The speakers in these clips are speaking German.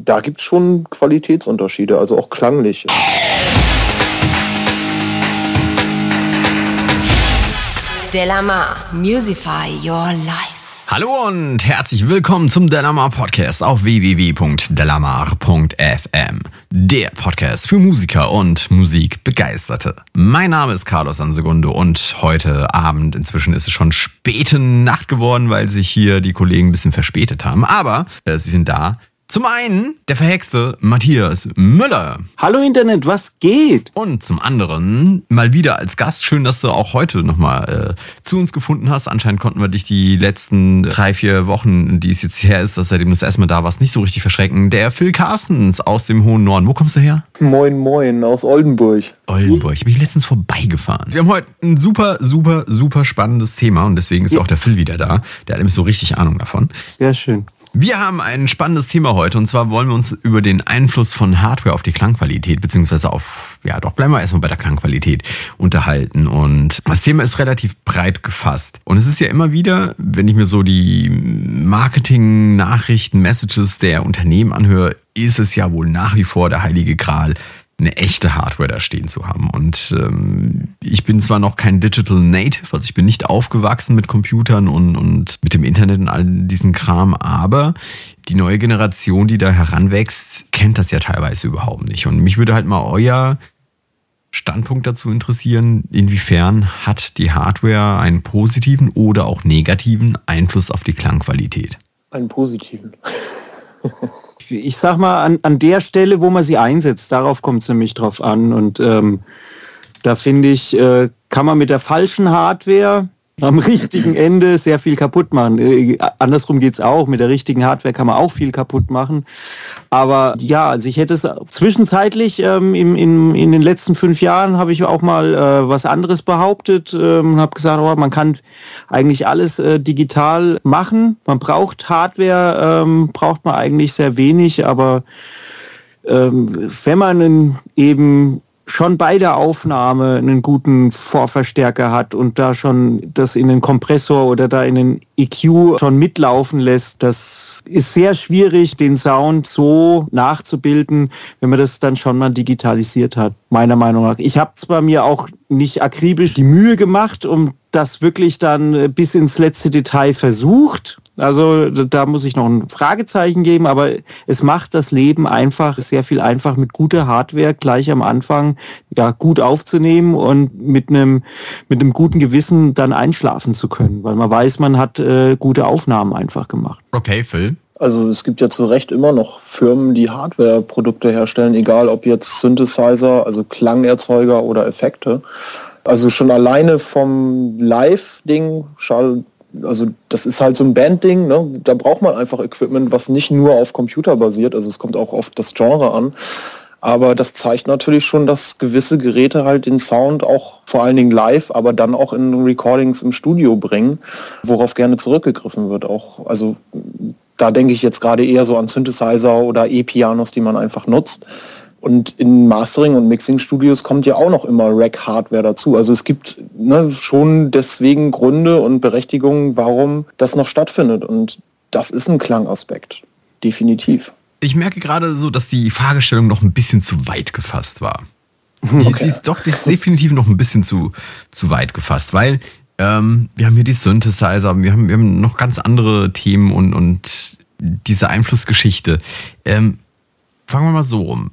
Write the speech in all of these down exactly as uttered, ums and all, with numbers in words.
Da gibt es schon Qualitätsunterschiede, also auch klanglich. Delamar, Musify Your Life. Hallo und herzlich willkommen zum Delamar Podcast auf w w w punkt delamar punkt f m. Der Podcast für Musiker und Musikbegeisterte. Mein Name ist Carlos Sansegunde und heute Abend, inzwischen ist es schon späte Nacht geworden, weil sich hier die Kollegen ein bisschen verspätet haben. Aber äh, sie sind da. Zum einen der verhexte Matthias Müller. Hallo Internet, was geht? Und zum anderen mal wieder als Gast. Schön, dass du auch heute nochmal äh, zu uns gefunden hast. Anscheinend konnten wir dich die letzten drei, vier Wochen, die es jetzt her ist, dass seitdem du das erste Mal da warst, nicht so richtig verschrecken. Der Phil Carstens aus dem hohen Norden. Wo kommst du her? Moin moin, aus Oldenburg. Oldenburg. Ich bin letztens vorbeigefahren. Wir haben heute ein super, super, super spannendes Thema und deswegen ist ja auch der Phil wieder da. Der hat nämlich so richtig Ahnung davon. Sehr schön. Wir haben ein spannendes Thema heute und zwar wollen wir uns über den Einfluss von Hardware auf die Klangqualität beziehungsweise auf, ja doch, bleiben wir erstmal bei der Klangqualität unterhalten und das Thema ist relativ breit gefasst und es ist ja immer wieder, wenn ich mir so die Marketing-Nachrichten, Messages der Unternehmen anhöre, ist es ja wohl nach wie vor der heilige Gral, eine echte Hardware da stehen zu haben. Und ähm, ich bin zwar noch kein Digital Native, also ich bin nicht aufgewachsen mit Computern und, und mit dem Internet und all diesen Kram, aber die neue Generation, die da heranwächst, kennt das ja teilweise überhaupt nicht. Und mich würde halt mal euer Standpunkt dazu interessieren, inwiefern hat die Hardware einen positiven oder auch negativen Einfluss auf die Klangqualität? Einen positiven. Ich sag mal, an, an der Stelle, wo man sie einsetzt, darauf kommt es nämlich drauf an. Und ähm, da finde ich, äh, kann man mit der falschen Hardware am richtigen Ende sehr viel kaputt machen. Äh, andersrum geht's auch. Mit der richtigen Hardware kann man auch viel kaputt machen. Aber ja, also ich hätte es zwischenzeitlich, ähm, in, in, in den letzten fünf Jahren habe ich auch mal äh, was anderes behauptet ähm, und habe gesagt, oh, man kann eigentlich alles äh, digital machen. Man braucht Hardware, ähm, braucht man eigentlich sehr wenig, aber ähm, wenn man eben schon bei der Aufnahme einen guten Vorverstärker hat und da schon das in den Kompressor oder da in den E Q schon mitlaufen lässt, das ist sehr schwierig, den Sound so nachzubilden, wenn man das dann schon mal digitalisiert hat, meiner Meinung nach. Ich habe zwar mir auch nicht akribisch die Mühe gemacht, um das wirklich dann bis ins letzte Detail versucht. Also da muss ich noch ein Fragezeichen geben, aber es macht das Leben einfach sehr viel einfacher mit guter Hardware gleich am Anfang ja gut aufzunehmen und mit einem mit einem guten Gewissen dann einschlafen zu können, weil man weiß, man hat äh, gute Aufnahmen einfach gemacht. Okay, Phil. Also es gibt ja zu Recht immer noch Firmen, die Hardware-Produkte herstellen, egal ob jetzt Synthesizer, also Klangerzeuger oder Effekte. Also schon alleine vom Live-Ding, schade. Also das ist halt so ein Bandding, ne? Da braucht man einfach Equipment, was nicht nur auf Computer basiert, also es kommt auch auf das Genre an. Aber das zeigt natürlich schon, dass gewisse Geräte halt den Sound auch vor allen Dingen live, aber dann auch in Recordings im Studio bringen, worauf gerne zurückgegriffen wird. Auch, also da denke ich jetzt gerade eher so an Synthesizer oder E-Pianos, die man einfach nutzt. Und in Mastering- und Mixing-Studios kommt ja auch noch immer Rack-Hardware dazu. Also es gibt ne, schon deswegen Gründe und Berechtigungen, warum das noch stattfindet. Und das ist ein Klangaspekt, definitiv. Ich merke gerade so, dass die Fragestellung noch ein bisschen zu weit gefasst war. Die, okay. die ist doch die ist definitiv noch ein bisschen zu, zu weit gefasst, weil ähm, wir haben hier die Synthesizer, wir haben, wir haben noch ganz andere Themen und, und diese Einflussgeschichte. Ähm, fangen wir mal so rum.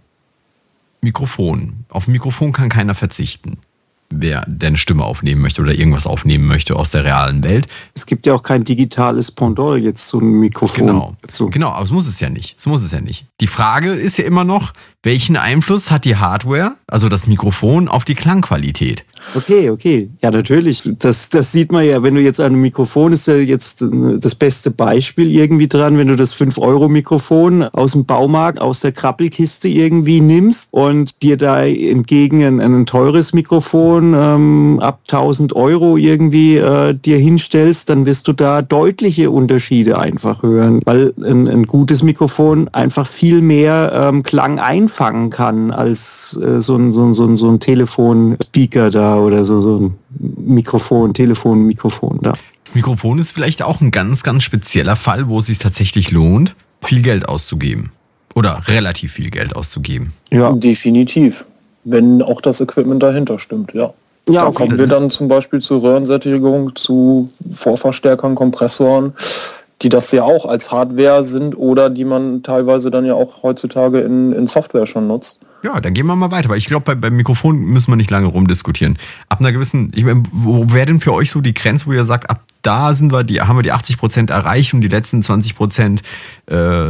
Mikrofon. Auf ein Mikrofon kann keiner verzichten, wer deine Stimme aufnehmen möchte oder irgendwas aufnehmen möchte aus der realen Welt. Es gibt ja auch kein digitales Pendant jetzt zu einem Mikrofon. Genau, dazu. genau, aber es muss es ja nicht. Es muss es ja nicht. Die Frage ist ja immer noch, welchen Einfluss hat die Hardware, also das Mikrofon, auf die Klangqualität? Okay, okay. Ja, natürlich. Das, das sieht man ja, wenn du jetzt an einem Mikrofon, ist ja jetzt das beste Beispiel irgendwie dran, wenn du das fünf Euro Mikrofon aus dem Baumarkt, aus der Krabbelkiste irgendwie nimmst und dir da entgegen ein, ein teures Mikrofon ähm, ab tausend Euro irgendwie äh, dir hinstellst, dann wirst du da deutliche Unterschiede einfach hören, weil ein, ein gutes Mikrofon einfach viel mehr ähm, Klang einfangen kann als äh, so ein, so ein, so ein, so ein Telefon-Speaker da oder so, so ein Mikrofon, Telefon, Mikrofon da. Das Mikrofon ist vielleicht auch ein ganz, ganz spezieller Fall, wo es sich tatsächlich lohnt, viel Geld auszugeben. Oder relativ viel Geld auszugeben. Ja, definitiv. Wenn auch das Equipment dahinter stimmt, ja. Ja, da kommen wir dann zum Beispiel zu Röhrensättigung, zu Vorverstärkern, Kompressoren, die das ja auch als Hardware sind oder die man teilweise dann ja auch heutzutage in, in Software schon nutzt. Ja, dann gehen wir mal weiter, weil ich glaube, bei, beim Mikrofon müssen wir nicht lange rumdiskutieren. Ab einer gewissen, ich meine, wo wäre denn für euch so die Grenze, wo ihr sagt, ab da sind wir, die, haben wir die achtzig Prozent erreicht und die letzten zwanzig Prozent äh,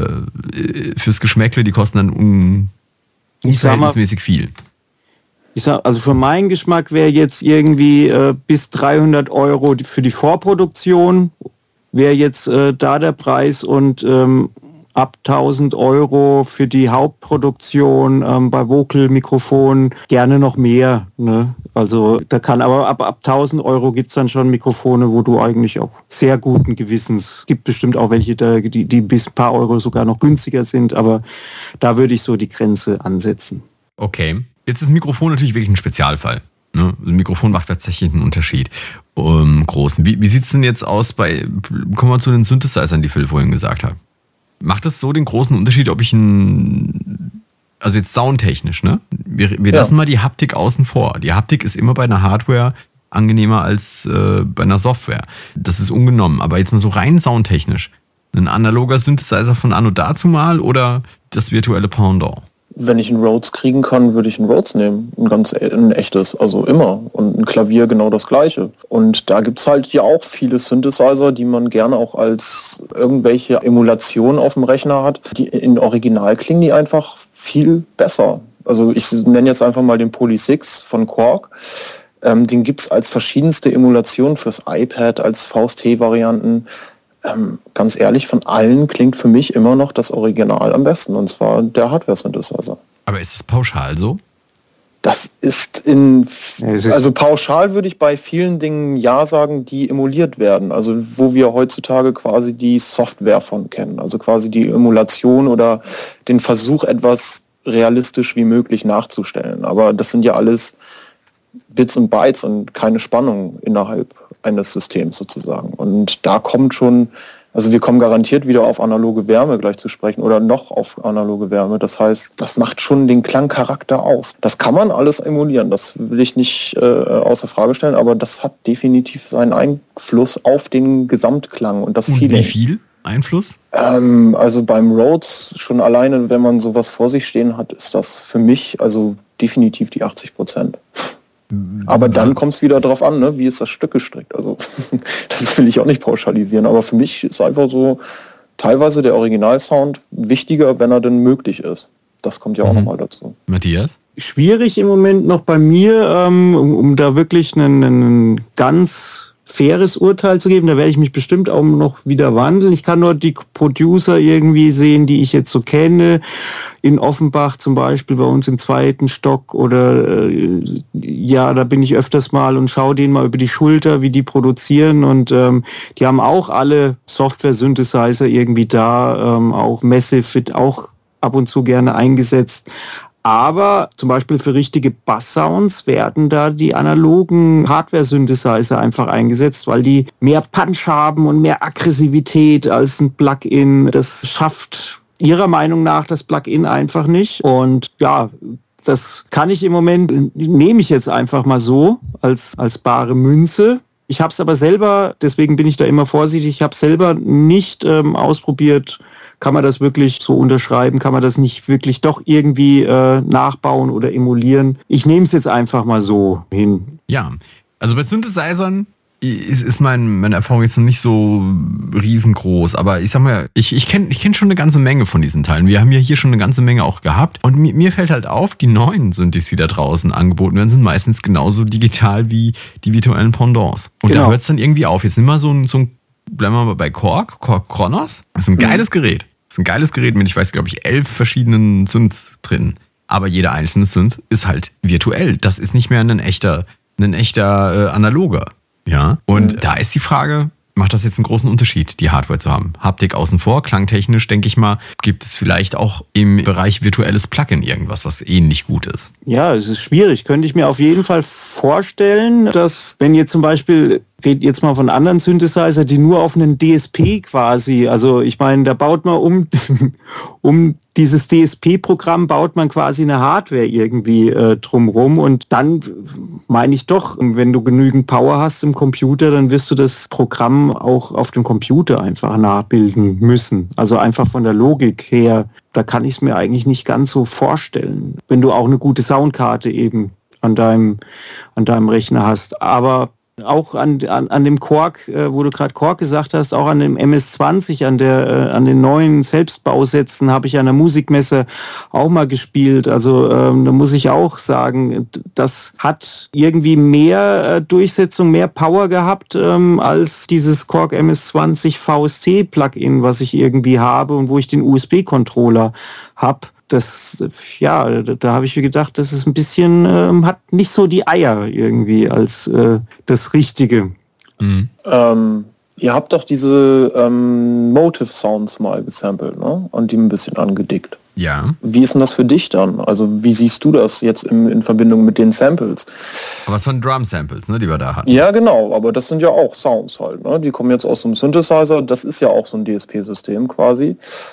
fürs Geschmäckle, die kosten dann un, unverhältnismäßig viel. Ich sag, also für meinen Geschmack wäre jetzt irgendwie äh, bis dreihundert Euro für die Vorproduktion, wäre jetzt äh, da der Preis und ähm, ab tausend Euro für die Hauptproduktion ähm, bei Vocal-Mikrofonen gerne noch mehr. Ne? Also da kann aber ab, ab tausend Euro gibt es dann schon Mikrofone, wo du eigentlich auch sehr guten Gewissens, gibt bestimmt auch welche, die, die bis ein paar Euro sogar noch günstiger sind, aber da würde ich so die Grenze ansetzen. Okay. Jetzt ist Mikrofon natürlich wirklich ein Spezialfall. Ne? Ein Mikrofon macht tatsächlich einen Unterschied. Um, großen. Wie, wie sieht es denn jetzt aus bei, kommen wir zu den Synthesizern, die Phil vorhin gesagt hat. Macht es so den großen Unterschied, ob ich ein, also jetzt soundtechnisch, ne? Wir, wir ja. lassen mal die Haptik außen vor. Die Haptik ist immer bei einer Hardware angenehmer als äh, bei einer Software. Das ist ungenommen. Aber jetzt mal so rein soundtechnisch. Ein analoger Synthesizer von anno dazu mal oder das virtuelle Pendant? Wenn ich einen Rhodes kriegen kann, würde ich einen Rhodes nehmen. Ein ganz ein echtes, also immer. Und ein Klavier genau das gleiche. Und da gibt es halt ja auch viele Synthesizer, die man gerne auch als irgendwelche Emulationen auf dem Rechner hat. Die in Original klingen die einfach viel besser. Also ich nenne jetzt einfach mal den Poly six von Korg. Ähm, den gibt es als verschiedenste Emulationen fürs iPad, als V S T-Varianten. Ähm, ganz ehrlich, von allen klingt für mich immer noch das Original am besten, und zwar der Hardware-Synthesizer. Aber ist es pauschal so? Das ist in, also pauschal würde ich bei vielen Dingen ja sagen, die emuliert werden, also wo wir heutzutage quasi die Software von kennen, also quasi die Emulation oder den Versuch, etwas realistisch wie möglich nachzustellen. Aber das sind ja alles Bits und Bytes und keine Spannung innerhalb eines Systems sozusagen. Und da kommt schon, also wir kommen garantiert wieder auf analoge Wärme gleich zu sprechen oder noch auf analoge Wärme. Das heißt, das macht schon den Klangcharakter aus. Das kann man alles emulieren, das will ich nicht äh, außer Frage stellen, aber das hat definitiv seinen Einfluss auf den Gesamtklang und das Feeling. Wie viel Einfluss? Ähm, also beim Rhodes schon alleine, wenn man sowas vor sich stehen hat, ist das für mich also definitiv die achtzig Prozent. Aber dann kommt es wieder drauf an, ne? Wie ist das Stück gestrickt. Also das will ich auch nicht pauschalisieren, aber für mich ist einfach so teilweise der Originalsound wichtiger, wenn er denn möglich ist. Das kommt ja auch mhm. nochmal dazu. Matthias? Schwierig im Moment noch bei mir, ähm, um, um da wirklich einen, einen ganz faires Urteil zu geben. Da werde ich mich bestimmt auch noch wieder wandeln. Ich kann nur die Producer irgendwie sehen, die ich jetzt so kenne. In Offenbach zum Beispiel, bei uns im zweiten Stock oder äh, ja, da bin ich öfters mal und schaue denen mal über die Schulter, wie die produzieren, und ähm, die haben auch alle Software-Synthesizer irgendwie da, ähm, auch Massive wird auch ab und zu gerne eingesetzt. Aber zum Beispiel für richtige Bass-Sounds werden da die analogen Hardware-Synthesizer einfach eingesetzt, weil die mehr Punch haben und mehr Aggressivität als ein Plugin. Das schafft ihrer Meinung nach das Plugin einfach nicht. Und ja, das kann ich im Moment, nehme ich jetzt einfach mal so als, als bare Münze. Ich habe es aber selber, deswegen bin ich da immer vorsichtig, ich habe es selber nicht ähm, ausprobiert. Kann man das wirklich so unterschreiben? Kann man das nicht wirklich doch irgendwie äh, nachbauen oder emulieren? Ich nehme es jetzt einfach mal so hin. Ja, also bei Synthesizern ist, ist mein, meine Erfahrung jetzt noch nicht so riesengroß. Aber ich sag mal, ich, ich kenne ich kenn schon eine ganze Menge von diesen Teilen. Wir haben ja hier schon eine ganze Menge auch gehabt. Und mir, mir fällt halt auf, die neuen Synthes, die da draußen angeboten werden, sind meistens genauso digital wie die virtuellen Pendants. Und genau. Da hört es dann irgendwie auf. Jetzt nimm mal so ein, so ein bleiben wir mal bei Korg, Korg Kronos. Das ist ein geiles mhm. Gerät. Das ist ein geiles Gerät mit, ich weiß, glaube ich, elf verschiedenen Synths drin. Aber jeder einzelne Synth ist halt virtuell. Das ist nicht mehr ein echter, ein echter äh, analoger. Ja. Und mhm. da ist die Frage, macht das jetzt einen großen Unterschied, die Hardware zu haben? Haptik außen vor, klangtechnisch, denke ich mal, gibt es vielleicht auch im Bereich virtuelles Plugin irgendwas, was ähnlich gut ist? Ja, es ist schwierig. Könnte ich mir auf jeden Fall vorstellen, dass wenn jetzt zum Beispiel, rede jetzt mal von anderen Synthesizer, die nur auf einen D S P quasi, also ich meine, da baut man um, um dieses D S P-Programm baut man quasi eine Hardware irgendwie äh, drumrum und dann meine ich doch, wenn du genügend Power hast im Computer, dann wirst du das Programm auch auf dem Computer einfach nachbilden müssen. Also einfach von der Logik her, da kann ich es mir eigentlich nicht ganz so vorstellen, wenn du auch eine gute Soundkarte eben an deinem, an deinem Rechner hast. Aber auch an, an, an dem Korg, äh, wo du gerade Korg gesagt hast, auch an dem M S zwanzig, an, der, äh, an den neuen Selbstbausätzen habe ich an der Musikmesse auch mal gespielt. Also ähm, da muss ich auch sagen, das hat irgendwie mehr äh, Durchsetzung, mehr Power gehabt ähm, als dieses Korg M S zwanzig V S T-Plugin, was ich irgendwie habe und wo ich den U S B-Controller habe. Das, ja, da, da habe ich mir gedacht, das ist ein bisschen, ähm, hat nicht so die Eier irgendwie als äh, das Richtige. Mhm. Ähm, ihr habt doch diese ähm, Motive Sounds mal gesampelt, ne? Und die ein bisschen angedickt. Ja. Wie ist denn das für dich dann? Also wie siehst du das jetzt in, in Verbindung mit den Samples? Aber es waren Drum-Samples, ne, die wir da hatten. Ja, genau, aber das sind ja auch Sounds halt, ne? Die kommen jetzt aus so einem Synthesizer, das ist ja auch so ein D S P-System quasi.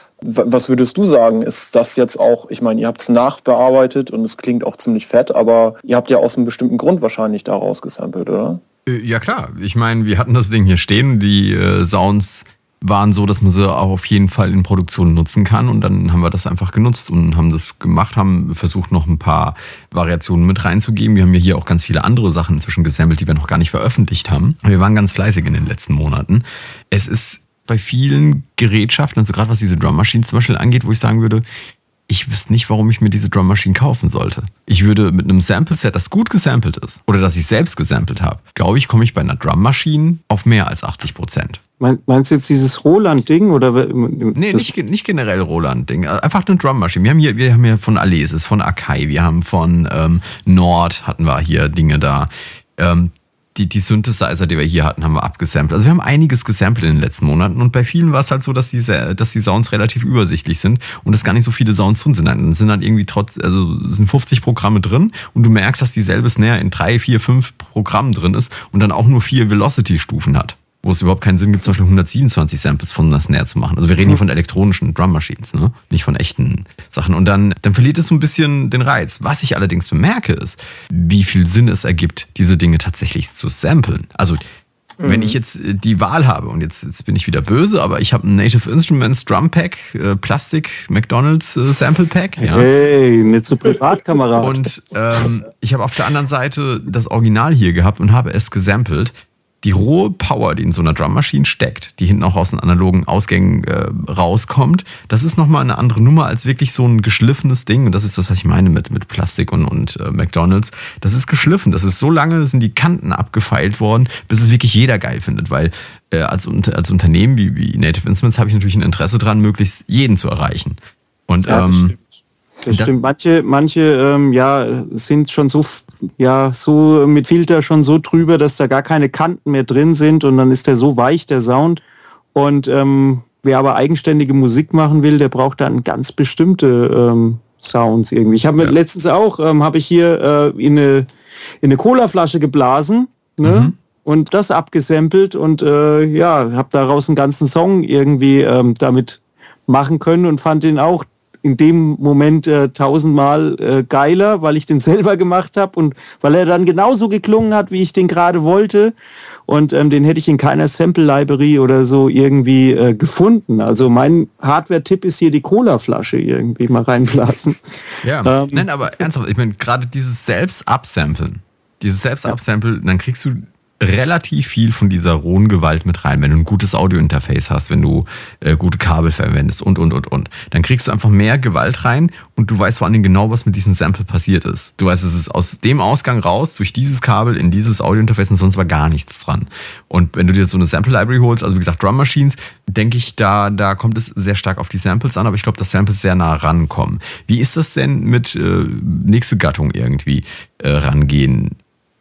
Was würdest du sagen, ist das jetzt auch, ich meine, ihr habt es nachbearbeitet und es klingt auch ziemlich fett, aber ihr habt ja aus einem bestimmten Grund wahrscheinlich daraus gesampelt, oder? Ja klar, ich meine, wir hatten das Ding hier stehen, die äh, Sounds waren so, dass man sie auch auf jeden Fall in Produktion nutzen kann und dann haben wir das einfach genutzt und haben das gemacht, haben versucht noch ein paar Variationen mit reinzugeben. Wir haben ja hier auch ganz viele andere Sachen inzwischen gesampelt, die wir noch gar nicht veröffentlicht haben. Wir waren ganz fleißig in den letzten Monaten. Es ist bei vielen Gerätschaften, also gerade was diese Drum Machines zum Beispiel angeht, wo ich sagen würde, ich wüsste nicht, warum ich mir diese Drum Machine kaufen sollte. Ich würde mit einem Sample-Set, das gut gesampelt ist, oder das ich selbst gesampelt habe, glaube ich, komme ich bei einer Drum Machine auf mehr als achtzig Prozent. Meinst du jetzt dieses Roland-Ding? Oder? Nee, nicht, nicht generell Roland-Ding. Einfach eine Drum Machine. Wir haben hier, wir haben hier von Alesis, von Akai, wir haben von ähm, Nord hatten wir hier Dinge da. Ähm, Die, die Synthesizer, die wir hier hatten, haben wir abgesampelt. Also wir haben einiges gesampelt in den letzten Monaten und bei vielen war es halt so, dass die, dass die Sounds relativ übersichtlich sind und dass gar nicht so viele Sounds drin sind. Dann sind dann irgendwie trotz, also sind fünfzig Programme drin und du merkst, dass dieselbe Snare in drei, vier, fünf Programmen drin ist und dann auch nur vier Velocity-Stufen hat. Wo es überhaupt keinen Sinn gibt, zum Beispiel hundertsiebenundzwanzig Samples von einer Snare zu machen. Also wir reden hier von elektronischen Drum Machines, ne? Nicht von echten Sachen. Und dann, dann verliert es so ein bisschen den Reiz. Was ich allerdings bemerke, ist, wie viel Sinn es ergibt, diese Dinge tatsächlich zu samplen. Also mhm. wenn ich jetzt die Wahl habe, und jetzt, jetzt bin ich wieder böse, aber ich habe ein Native Instruments Drum Pack, äh, Plastik McDonald's äh, Sample Pack. Ja. Hey, nicht so Privatkamera. Und ähm, ich habe auf der anderen Seite das Original hier gehabt und habe es gesampelt. Die rohe Power, die in so einer Drum Machine steckt, die hinten auch aus den analogen Ausgängen äh, rauskommt, das ist nochmal eine andere Nummer als wirklich so ein geschliffenes Ding. Und das ist das, was ich meine mit, mit Plastik und, und äh, McDonald's. Das ist geschliffen. Das ist so lange, sind die Kanten abgefeilt worden, bis es wirklich jeder geil findet. Weil äh, als, als Unternehmen wie, wie Native Instruments habe ich natürlich ein Interesse dran, möglichst jeden zu erreichen. Und ja, das ähm, stimmt. Das stimmt. Manche, manche ähm, ja, sind schon so, ja, so mit Filter schon so drüber, dass da gar keine Kanten mehr drin sind und dann ist der so weich, der Sound. Und ähm, wer aber eigenständige Musik machen will, der braucht dann ganz bestimmte ähm, Sounds irgendwie. Ich habe mir ja. letztens auch, ähm, habe ich hier äh, in eine, in eine Colaflasche geblasen, ne? Mhm. Und das abgesampelt und äh, ja, habe daraus einen ganzen Song irgendwie ähm, damit machen können und fand den auch in dem Moment äh, tausendmal äh, geiler, weil ich den selber gemacht habe und weil er dann genauso geklungen hat, wie ich den gerade wollte. Und ähm, den hätte ich in keiner Sample-Library oder so irgendwie äh, gefunden. Also mein Hardware-Tipp ist hier die Cola-Flasche irgendwie mal reinblasen. Ja, ähm, nein, aber ernsthaft, ich meine, gerade dieses Selbst-Absamplen, dieses Selbst-Absamplen, dann kriegst du relativ viel von dieser rohen Gewalt mit rein, wenn du ein gutes Audio-Interface hast, wenn du äh, gute Kabel verwendest und, und, und, und. Dann kriegst du einfach mehr Gewalt rein und du weißt vor allen Dingen genau, was mit diesem Sample passiert ist. Du weißt, es ist aus dem Ausgang raus, durch dieses Kabel in dieses Audio-Interface und sonst war gar nichts dran. Und wenn du dir so eine Sample-Library holst, also wie gesagt Drum Machines, denke ich, da, da kommt es sehr stark auf die Samples an, aber ich glaube, dass Samples sehr nah rankommen. Wie ist das denn mit äh, nächste Gattung irgendwie äh, rangehen?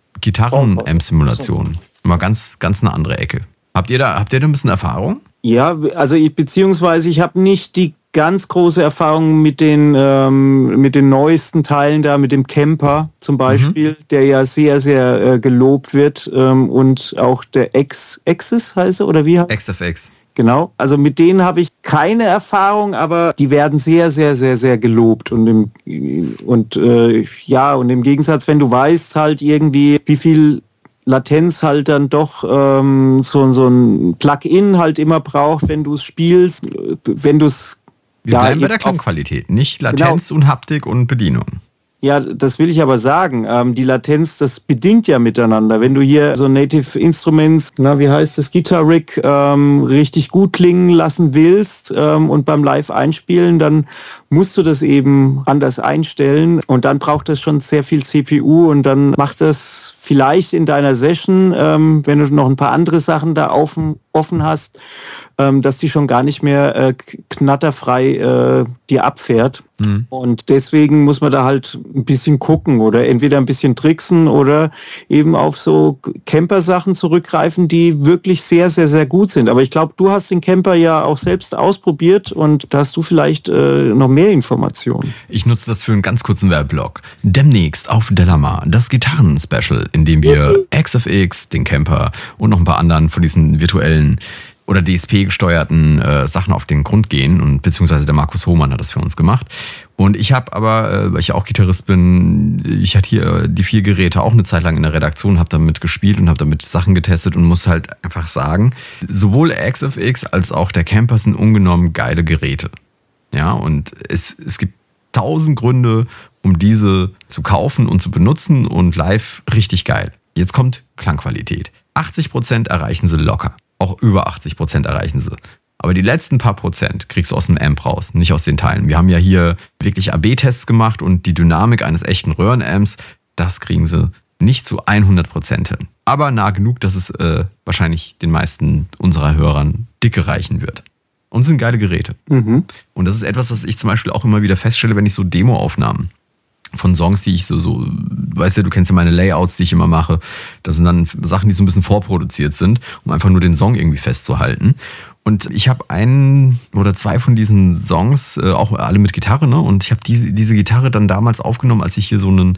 Gitarren-Amp-Simulation. Mal ganz, ganz eine andere Ecke. Habt ihr da, habt ihr da ein bisschen Erfahrung? Ja, also ich, beziehungsweise ich habe nicht die ganz große Erfahrungen mit den, ähm, mit den neuesten Teilen da, mit dem Camper zum Beispiel, mhm. der ja sehr, sehr äh, gelobt wird ähm, und auch der X, X's heißt er, oder wie heißt X F X. Genau, also mit denen habe ich keine Erfahrung, aber die werden sehr, sehr, sehr, sehr gelobt. Und im, und äh, ja, und im Gegensatz, wenn du weißt halt irgendwie, wie viel Latenz halt dann doch ähm, so, so ein Plugin halt immer braucht, wenn du es spielst, wenn du es... Wir bleiben bei der Klangqualität, nicht Latenz genau. und Haptik und Bedienung. Ja, das will ich aber sagen. Ähm, die Latenz, das bedingt ja miteinander. Wenn du hier so Native Instruments, na, wie heißt das, Guitar Rig, ähm, richtig gut klingen lassen willst ähm, und beim Live einspielen, dann musst du das eben anders einstellen und dann braucht das schon sehr viel C P U und dann macht das vielleicht in deiner Session, ähm, wenn du noch ein paar andere Sachen da offen, offen hast, ähm, dass die schon gar nicht mehr äh, knatterfrei äh, dir abfährt. Mhm. Und deswegen muss man da halt ein bisschen gucken oder entweder ein bisschen tricksen oder eben auf so Camper-Sachen zurückgreifen, die wirklich sehr, sehr, sehr gut sind. Aber ich glaube, du hast den Camper ja auch selbst ausprobiert und da hast du vielleicht äh, noch mehr Informationen. Ich nutze das für einen ganz kurzen Werbeblock. Demnächst auf Delamar das Gitarren-Special, in dem wir X F X, den Camper und noch ein paar anderen von diesen virtuellen oder D S P-gesteuerten äh, Sachen auf den Grund gehen und beziehungsweise der Markus Hohmann hat das für uns gemacht. Und ich habe aber, äh, weil ich auch Gitarrist bin, ich hatte hier die vier Geräte auch eine Zeit lang in der Redaktion, habe damit gespielt und habe damit Sachen getestet und muss halt einfach sagen, sowohl X F X als auch der Camper sind ungenommen geile Geräte. Ja, und es, es gibt tausend Gründe, um diese zu kaufen und zu benutzen und live richtig geil. Jetzt kommt Klangqualität. achtzig Prozent erreichen sie locker. Auch über achtzig Prozent erreichen sie. Aber die letzten paar Prozent kriegst du aus dem Amp raus, nicht aus den Teilen. Wir haben ja hier wirklich A B Tests gemacht und die Dynamik eines echten Röhrenamps, das kriegen sie nicht zu hundert Prozent hin. Aber nah genug, dass es äh, wahrscheinlich den meisten unserer Hörern dicke reichen wird. Und sind geile Geräte. Mhm. Und das ist etwas, das ich zum Beispiel auch immer wieder feststelle, wenn ich so Demo-Aufnahmen von Songs, die ich so, so, weißt du, du kennst ja meine Layouts, die ich immer mache. Das sind dann Sachen, die so ein bisschen vorproduziert sind, um einfach nur den Song irgendwie festzuhalten. Und ich habe einen oder zwei von diesen Songs, äh, auch alle mit Gitarre, ne? Und ich habe diese, diese Gitarre dann damals aufgenommen, als ich hier so einen,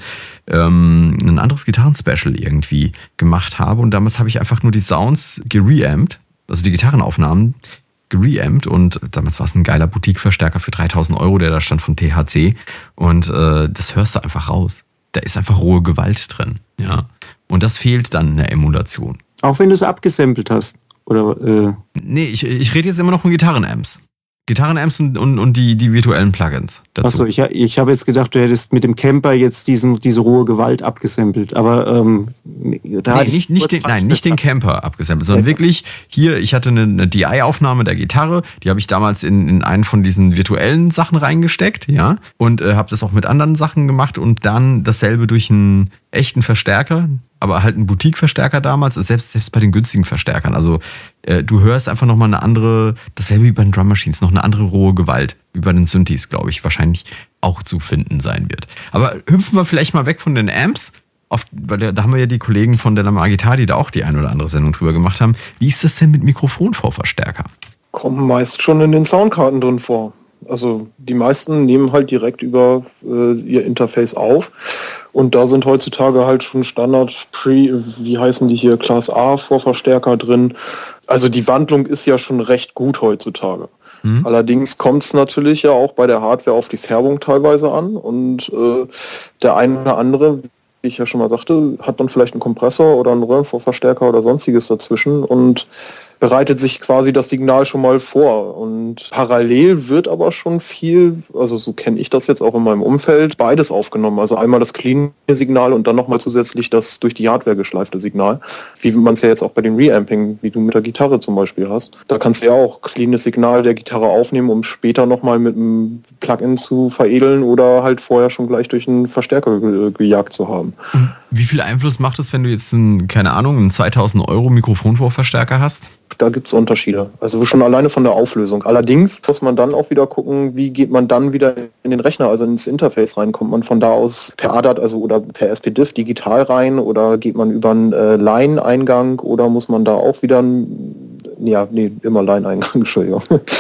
ähm, ein anderes Gitarren-Special irgendwie gemacht habe. Und damals habe ich einfach nur die Sounds gereamped, also die Gitarrenaufnahmen gereamped und damals war es ein geiler Boutique-Verstärker für dreitausend Euro, der da stand von T H C und äh, das hörst du einfach raus. Da ist einfach rohe Gewalt drin, ja. Und das fehlt dann in der Emulation. Auch wenn du es abgesampelt hast, oder? Äh nee, ich, ich rede jetzt immer noch von Gitarrenamps. Gitarrenamps und, und, und die, die virtuellen Plugins dazu. Achso, ich, ich habe jetzt gedacht, du hättest mit dem Camper jetzt diesen, diese rohe Gewalt abgesampelt, aber ähm, da nee, nicht, nicht den, nein, nicht den Camper abgesampelt, sondern wirklich hier, ich hatte eine, eine D I-Aufnahme der Gitarre, die habe ich damals in, in einen von diesen virtuellen Sachen reingesteckt, ja, und äh, habe das auch mit anderen Sachen gemacht und dann dasselbe durch einen echten Verstärker, aber halt ein Boutique-Verstärker damals, selbst, selbst bei den günstigen Verstärkern. Also äh, du hörst einfach nochmal eine andere, dasselbe wie bei den Drum Machines, noch eine andere rohe Gewalt, wie bei den Synthes, glaube ich, wahrscheinlich auch zu finden sein wird. Aber hüpfen wir vielleicht mal weg von den Amps, auf, weil da, da haben wir ja die Kollegen von Delamar Guitar, die da auch die ein oder andere Sendung drüber gemacht haben. Wie ist das denn mit Mikrofonvorverstärker? Kommen meist schon in den Soundkarten drin vor. Also die meisten nehmen halt direkt über äh, ihr Interface auf. Und da sind heutzutage halt schon Standard Pre, wie heißen die hier, Class A Vorverstärker drin. Also die Wandlung ist ja schon recht gut heutzutage. Mhm. Allerdings kommt es natürlich ja auch bei der Hardware auf die Färbung teilweise an. Und äh, der eine oder andere, wie ich ja schon mal sagte, hat dann vielleicht einen Kompressor oder einen Röhrenvorverstärker oder sonstiges dazwischen und bereitet sich quasi das Signal schon mal vor. Und parallel wird aber schon viel, also so kenne ich das jetzt auch in meinem Umfeld, beides aufgenommen. Also einmal das Clean-Signal und dann nochmal zusätzlich das durch die Hardware geschleifte Signal. Wie man es ja jetzt auch bei dem Reamping, wie du mit der Gitarre zum Beispiel hast. Da kannst du ja auch cleanes Signal der Gitarre aufnehmen, um später nochmal mit einem Plugin zu veredeln oder halt vorher schon gleich durch einen Verstärker ge- gejagt zu haben. Wie viel Einfluss macht es, wenn du jetzt einen, keine Ahnung, einen zweitausend Euro Mikrofonvorverstärker hast? Da gibt es Unterschiede. Also schon alleine von der Auflösung. Allerdings muss man dann auch wieder gucken, wie geht man dann wieder in den Rechner, also ins Interface rein. Kommt man von da aus per A D A T, also oder per S P D I F digital rein oder geht man über einen äh, Line-Eingang oder muss man da auch wieder, ein, ja, nee, immer Line-Eingang, Entschuldigung.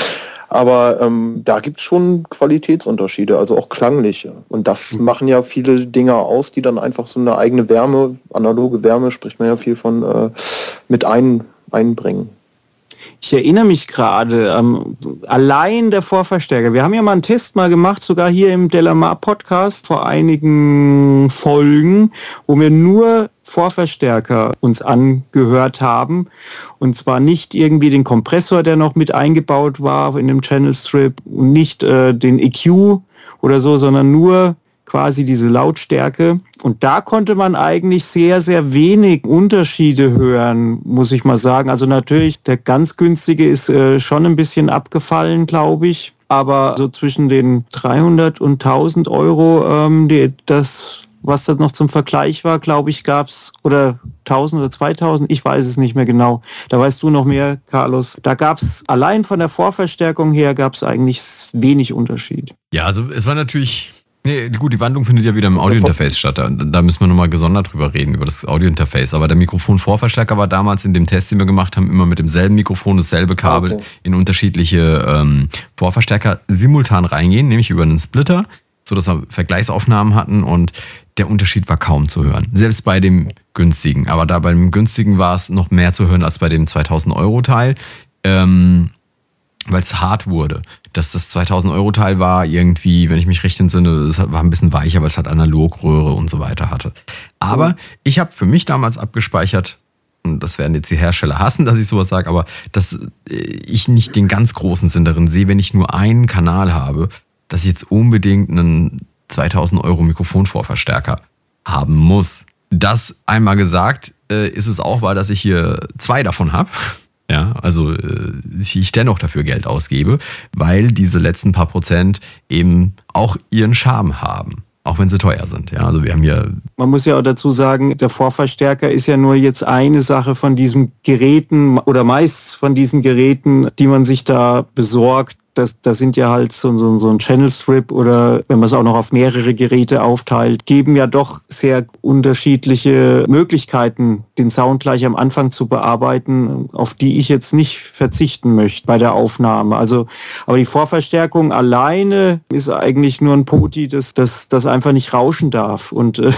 Aber ähm, da gibt es schon Qualitätsunterschiede, also auch klangliche. Und das mhm. machen ja viele Dinge aus, die dann einfach so eine eigene Wärme, analoge Wärme, spricht man ja viel von, äh, mit ein, einbringen. Ich erinnere mich gerade, ähm, allein der Vorverstärker. Wir haben ja mal einen Test mal gemacht, sogar hier im Delamar Podcast vor einigen Folgen, wo wir nur Vorverstärker uns angehört haben. Und zwar nicht irgendwie den Kompressor, der noch mit eingebaut war in dem Channel Strip, und nicht äh, den E Q oder so, sondern nur quasi diese Lautstärke. Und da konnte man eigentlich sehr, sehr wenig Unterschiede hören, muss ich mal sagen. Also natürlich, der ganz günstige ist äh, schon ein bisschen abgefallen, glaube ich. Aber so zwischen den dreihundert und tausend Euro, ähm, die, das, was da noch zum Vergleich war, glaube ich, gab es, oder tausend oder zweitausend, ich weiß es nicht mehr genau. Da weißt du noch mehr, Carlos. Da gab es allein von der Vorverstärkung her, gab es eigentlich wenig Unterschied. Ja, also es war natürlich... Nee, gut, die Wandlung findet ja wieder im Audiointerface statt. Da, da müssen wir nochmal gesondert drüber reden, über das Audiointerface. Aber der Mikrofonvorverstärker war damals in dem Test, den wir gemacht haben, immer mit demselben Mikrofon, dasselbe Kabel okay. in unterschiedliche ähm, Vorverstärker simultan reingehen, nämlich über einen Splitter, sodass wir Vergleichsaufnahmen hatten und der Unterschied war kaum zu hören. Selbst bei dem günstigen. Aber da bei dem günstigen war es noch mehr zu hören als bei dem zweitausend Euro Teil. Ähm, weil es hart wurde. Dass das zweitausend Euro Teil war irgendwie, wenn ich mich recht entsinne, es war ein bisschen weicher, weil es halt Analogröhre und so weiter hatte. Aber mhm. ich habe für mich damals abgespeichert, und das werden jetzt die Hersteller hassen, dass ich sowas sage, aber dass ich nicht den ganz großen Sinn darin sehe, wenn ich nur einen Kanal habe, dass ich jetzt unbedingt einen zweitausend Euro Mikrofonvorverstärker haben muss. Das einmal gesagt, ist es auch wahr, dass ich hier zwei davon habe. Ja, also ich dennoch dafür Geld ausgebe, weil diese letzten paar Prozent eben auch ihren Charme haben, auch wenn sie teuer sind. Ja, also wir haben hier. Man muss ja auch dazu sagen, der Vorverstärker ist ja nur jetzt eine Sache von diesen Geräten oder meist von diesen Geräten, die man sich da besorgt. Das, das sind ja halt so, so, so ein Channel Strip oder wenn man es auch noch auf mehrere Geräte aufteilt, geben ja doch sehr unterschiedliche Möglichkeiten, den Sound gleich am Anfang zu bearbeiten, auf die ich jetzt nicht verzichten möchte bei der Aufnahme. Also, aber die Vorverstärkung alleine ist eigentlich nur ein Poti, das, das, das einfach nicht rauschen darf. Und äh,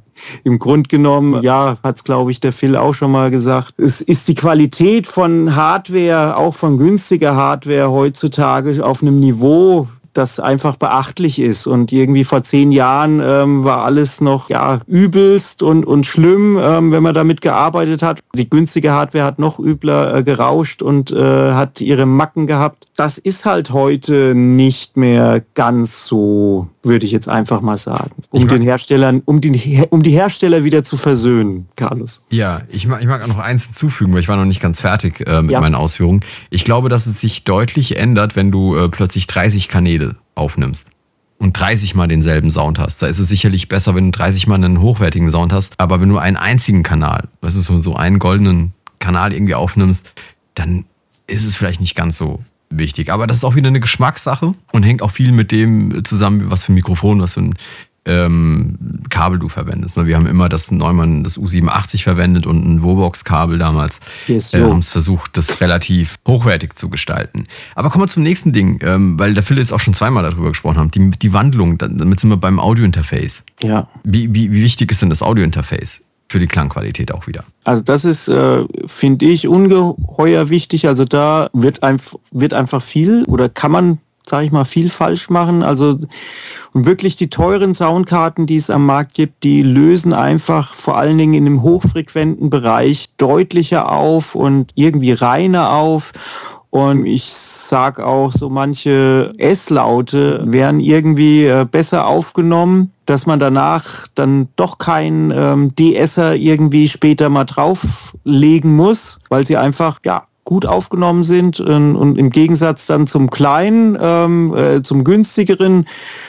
im Grunde genommen, ja, hat es, glaube ich, der Phil auch schon mal gesagt, es ist die Qualität von Hardware, auch von günstiger Hardware heutzutage auf einem Niveau, das einfach beachtlich ist. Und irgendwie vor zehn Jahren ähm, war alles noch ja übelst und, und schlimm, ähm, wenn man damit gearbeitet hat. Die günstige Hardware hat noch übler äh, gerauscht und äh, hat ihre Macken gehabt. Das ist halt heute nicht mehr ganz so, würde ich jetzt einfach mal sagen. Um den Herstellern, um die, um die Hersteller wieder zu versöhnen, Carlos. Ja, ich mag, ich mag auch noch eins hinzufügen, weil ich war noch nicht ganz fertig äh, mit ja. meinen Ausführungen. Ich glaube, dass es sich deutlich ändert, wenn du äh, plötzlich dreißig Kanäle aufnimmst und dreißig Mal denselben Sound hast. Da ist es sicherlich besser, wenn du dreißig Mal einen hochwertigen Sound hast, aber wenn du einen einzigen Kanal, das ist so, so einen goldenen Kanal irgendwie aufnimmst, dann ist es vielleicht nicht ganz so wichtig. Aber das ist auch wieder eine Geschmackssache und hängt auch viel mit dem zusammen, was für ein Mikrofon, was für ein ähm, Kabel du verwendest. Wir haben immer das Neumann, das U siebenundachtzig verwendet und ein Vovox-Kabel damals. Yes, äh, haben es versucht, das relativ hochwertig zu gestalten. Aber kommen wir zum nächsten Ding, ähm, weil der Phil jetzt auch schon zweimal darüber gesprochen hat. Die, die Wandlung, damit sind wir beim Audiointerface. Ja. Wie, wie, wie wichtig ist denn das Audiointerface für die Klangqualität auch wieder? Also das ist, äh, finde ich, ungeheuer wichtig. Also da wird, einf- wird einfach viel oder kann man, sage ich mal, viel falsch machen. Also und wirklich die teuren Soundkarten, die es am Markt gibt, die lösen einfach vor allen Dingen in dem hochfrequenten Bereich deutlicher auf und irgendwie reiner auf. Und ich sag auch, so manche S-Laute werden irgendwie äh, besser aufgenommen, dass man danach dann doch keinen ähm, De-Esser irgendwie später mal drauflegen muss, weil sie einfach, ja, gut aufgenommen sind und, und im Gegensatz dann zum kleinen, ähm, äh, zum günstigeren,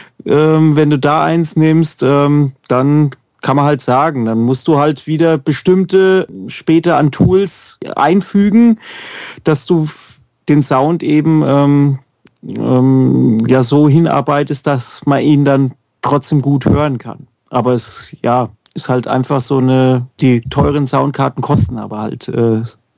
ähm, wenn du da eins nimmst, ähm, dann kann man halt sagen, dann musst du halt wieder bestimmte später an Tools einfügen, dass du den Sound eben ähm, ähm, ja so hinarbeitest, dass man ihn dann trotzdem gut hören kann. Aber es ja ist halt einfach so eine, die teuren Soundkarten kosten aber halt äh,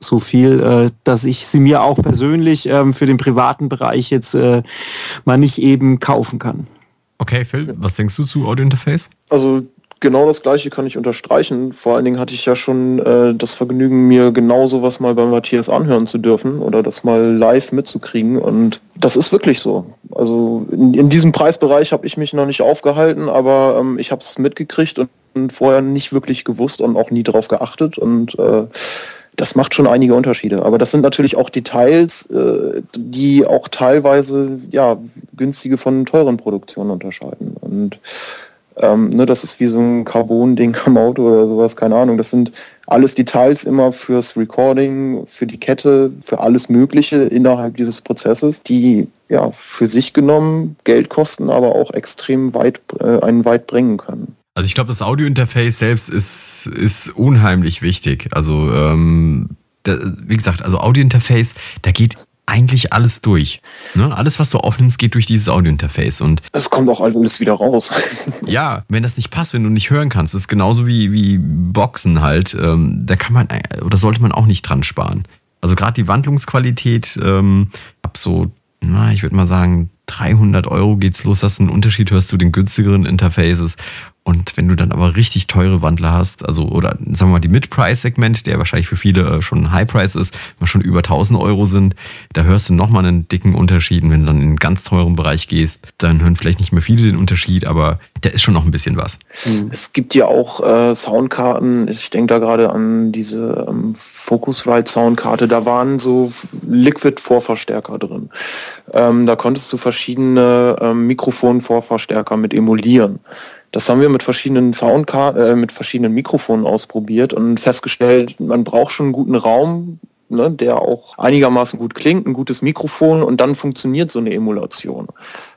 so viel, äh, dass ich sie mir auch persönlich ähm, für den privaten Bereich jetzt äh, mal nicht eben kaufen kann. Okay, Phil, was denkst du zu Audio-Interface? Also genau das Gleiche kann ich unterstreichen. Vor allen Dingen hatte ich ja schon äh, das Vergnügen, mir genau sowas mal bei Matthias anhören zu dürfen oder das mal live mitzukriegen. Und das ist wirklich so. Also in, in diesem Preisbereich habe ich mich noch nicht aufgehalten, aber ähm, ich habe es mitgekriegt und, und vorher nicht wirklich gewusst und auch nie drauf geachtet. Und äh, das macht schon einige Unterschiede. Aber das sind natürlich auch Details, äh, die auch teilweise ja, günstige von teuren Produktionen unterscheiden. Und Ähm, ne, das ist wie so ein Carbon-Ding am Auto oder sowas, keine Ahnung. Das sind alles Details immer fürs Recording, für die Kette, für alles Mögliche innerhalb dieses Prozesses, die ja für sich genommen Geld kosten, aber auch extrem weit äh, einen weit bringen können. Also ich glaube, das Audio-Interface selbst ist, ist unheimlich wichtig. Also ähm, da, wie gesagt, also Audio-Interface, da geht eigentlich alles durch. Ne? Alles, was du aufnimmst, geht durch dieses Audio-Interface. Und es kommt auch alles wieder raus. Ja, wenn das nicht passt, wenn du nicht hören kannst, ist genauso wie, wie Boxen halt. Ähm, da kann man oder sollte man auch nicht dran sparen. Also gerade die Wandlungsqualität, ähm, ab so, na, ich würde mal sagen, dreihundert Euro geht's los, dass du einen Unterschied hörst zu den günstigeren Interfaces. Und wenn du dann aber richtig teure Wandler hast, also oder sagen wir mal die Mid-Price-Segment, der wahrscheinlich für viele schon High-Price ist, mal schon über tausend Euro sind, da hörst du nochmal einen dicken Unterschied. Und wenn du dann in einen ganz teuren Bereich gehst, dann hören vielleicht nicht mehr viele den Unterschied, aber da ist schon noch ein bisschen was. Es gibt ja auch äh, Soundkarten, ich denke da gerade an diese ähm, Focusrite Soundkarte, da waren so Liquid-Vorverstärker drin. Ähm, da konntest du verschiedene ähm, Mikrofon-Vorverstärker mit emulieren. Das haben wir mit verschiedenen Soundkarten, äh, mit verschiedenen Mikrofonen ausprobiert und festgestellt, man braucht schon einen guten Raum, ne, der auch einigermaßen gut klingt, ein gutes Mikrofon und dann funktioniert so eine Emulation.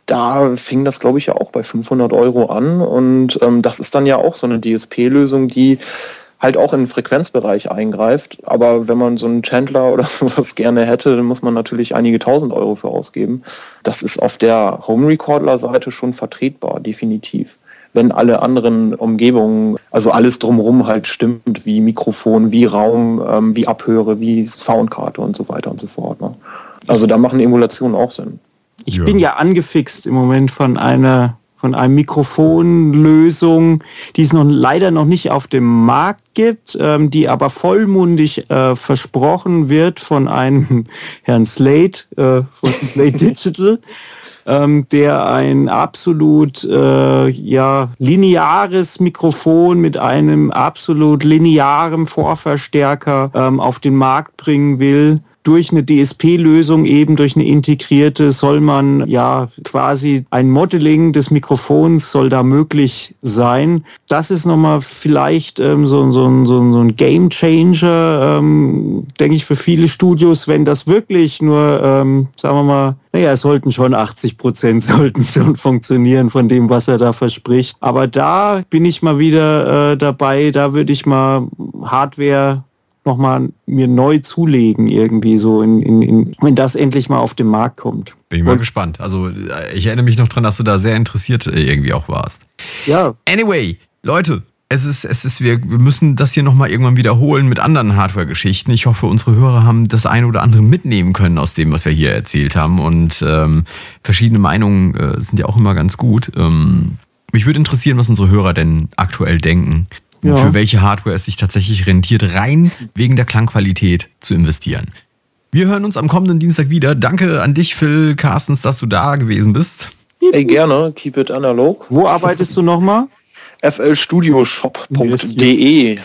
Da fing das, glaube ich, ja auch bei fünfhundert Euro an und ähm, das ist dann ja auch so eine D S P-Lösung, die halt auch in den Frequenzbereich eingreift. Aber wenn man so einen Chandler oder sowas gerne hätte, dann muss man natürlich einige tausend Euro für ausgeben. Das ist auf der Home-Recordler-Seite schon vertretbar, definitiv. Wenn alle anderen Umgebungen, also alles drumherum halt stimmt, wie Mikrofon, wie Raum, ähm, wie Abhöre, wie Soundkarte und so weiter und so fort. Ne? Also da machen Emulationen auch Sinn. Ich ja. bin ja angefixt im Moment von einer von einer Mikrofonlösung, die es noch leider noch nicht auf dem Markt gibt, ähm, die aber vollmundig äh, versprochen wird von einem Herrn Slade, äh, von Slade Digital. Ähm, der ein absolut äh, ja, lineares Mikrofon mit einem absolut linearen Vorverstärker ähm, auf den Markt bringen will. Durch eine D S P-Lösung, eben durch eine integrierte, soll man ja quasi ein Modeling des Mikrofons soll da möglich sein. Das ist nochmal vielleicht ähm, so, so, so, so ein Game Changer, ähm, denke ich, für viele Studios, wenn das wirklich nur, ähm, sagen wir mal, naja, es sollten schon achtzig Prozent sollten schon funktionieren von dem, was er da verspricht. Aber da bin ich mal wieder äh, dabei, da würde ich mal Hardware nochmal mir neu zulegen irgendwie so, in, in, in, wenn das endlich mal auf den Markt kommt. Bin ich mal Und, gespannt. Also ich erinnere mich noch dran, dass du da sehr interessiert irgendwie auch warst. Ja. Anyway, Leute, es ist, es ist, wir, wir müssen das hier nochmal irgendwann wiederholen mit anderen Hardware-Geschichten. Ich hoffe, unsere Hörer haben das eine oder andere mitnehmen können aus dem, was wir hier erzählt haben. Und ähm, verschiedene Meinungen äh, sind ja auch immer ganz gut. Ähm, mich würde interessieren, was unsere Hörer denn aktuell denken. Ja. Für welche Hardware es sich tatsächlich rentiert, rein wegen der Klangqualität zu investieren. Wir hören uns am kommenden Dienstag wieder. Danke an dich, Phil Carstens, dass du da gewesen bist. Ey, gerne. Keep it analog. Wo arbeitest du nochmal? f l studio shop punkt d e.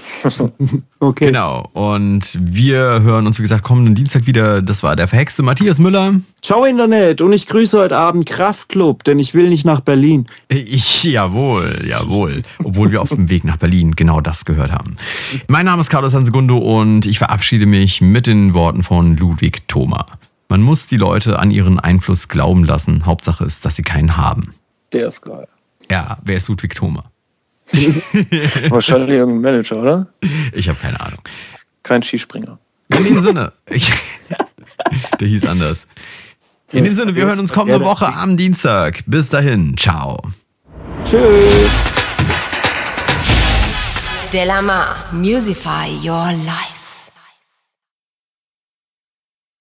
Okay. Genau. Und wir hören uns, wie gesagt, kommenden Dienstag wieder. Das war der verhexte Matthias Müller. Ciao Internet. Und ich grüße heute Abend Kraftklub, denn ich will nicht nach Berlin. Ich, jawohl, jawohl. Obwohl wir auf dem Weg nach Berlin genau das gehört haben. Mein Name ist Carlos Sansegundo und ich verabschiede mich mit den Worten von Ludwig Thoma. Man muss die Leute an ihren Einfluss glauben lassen. Hauptsache ist, dass sie keinen haben. Der ist geil. Ja, wer ist Ludwig Thoma? Wahrscheinlich irgendein Manager, oder? Ich habe keine Ahnung. Kein Skispringer. In dem Sinne. Ich, der hieß anders. In dem Sinne, wir hören uns kommende Woche am Dienstag. Bis dahin. Ciao. Tschüss. Delamar, Musify Your Life.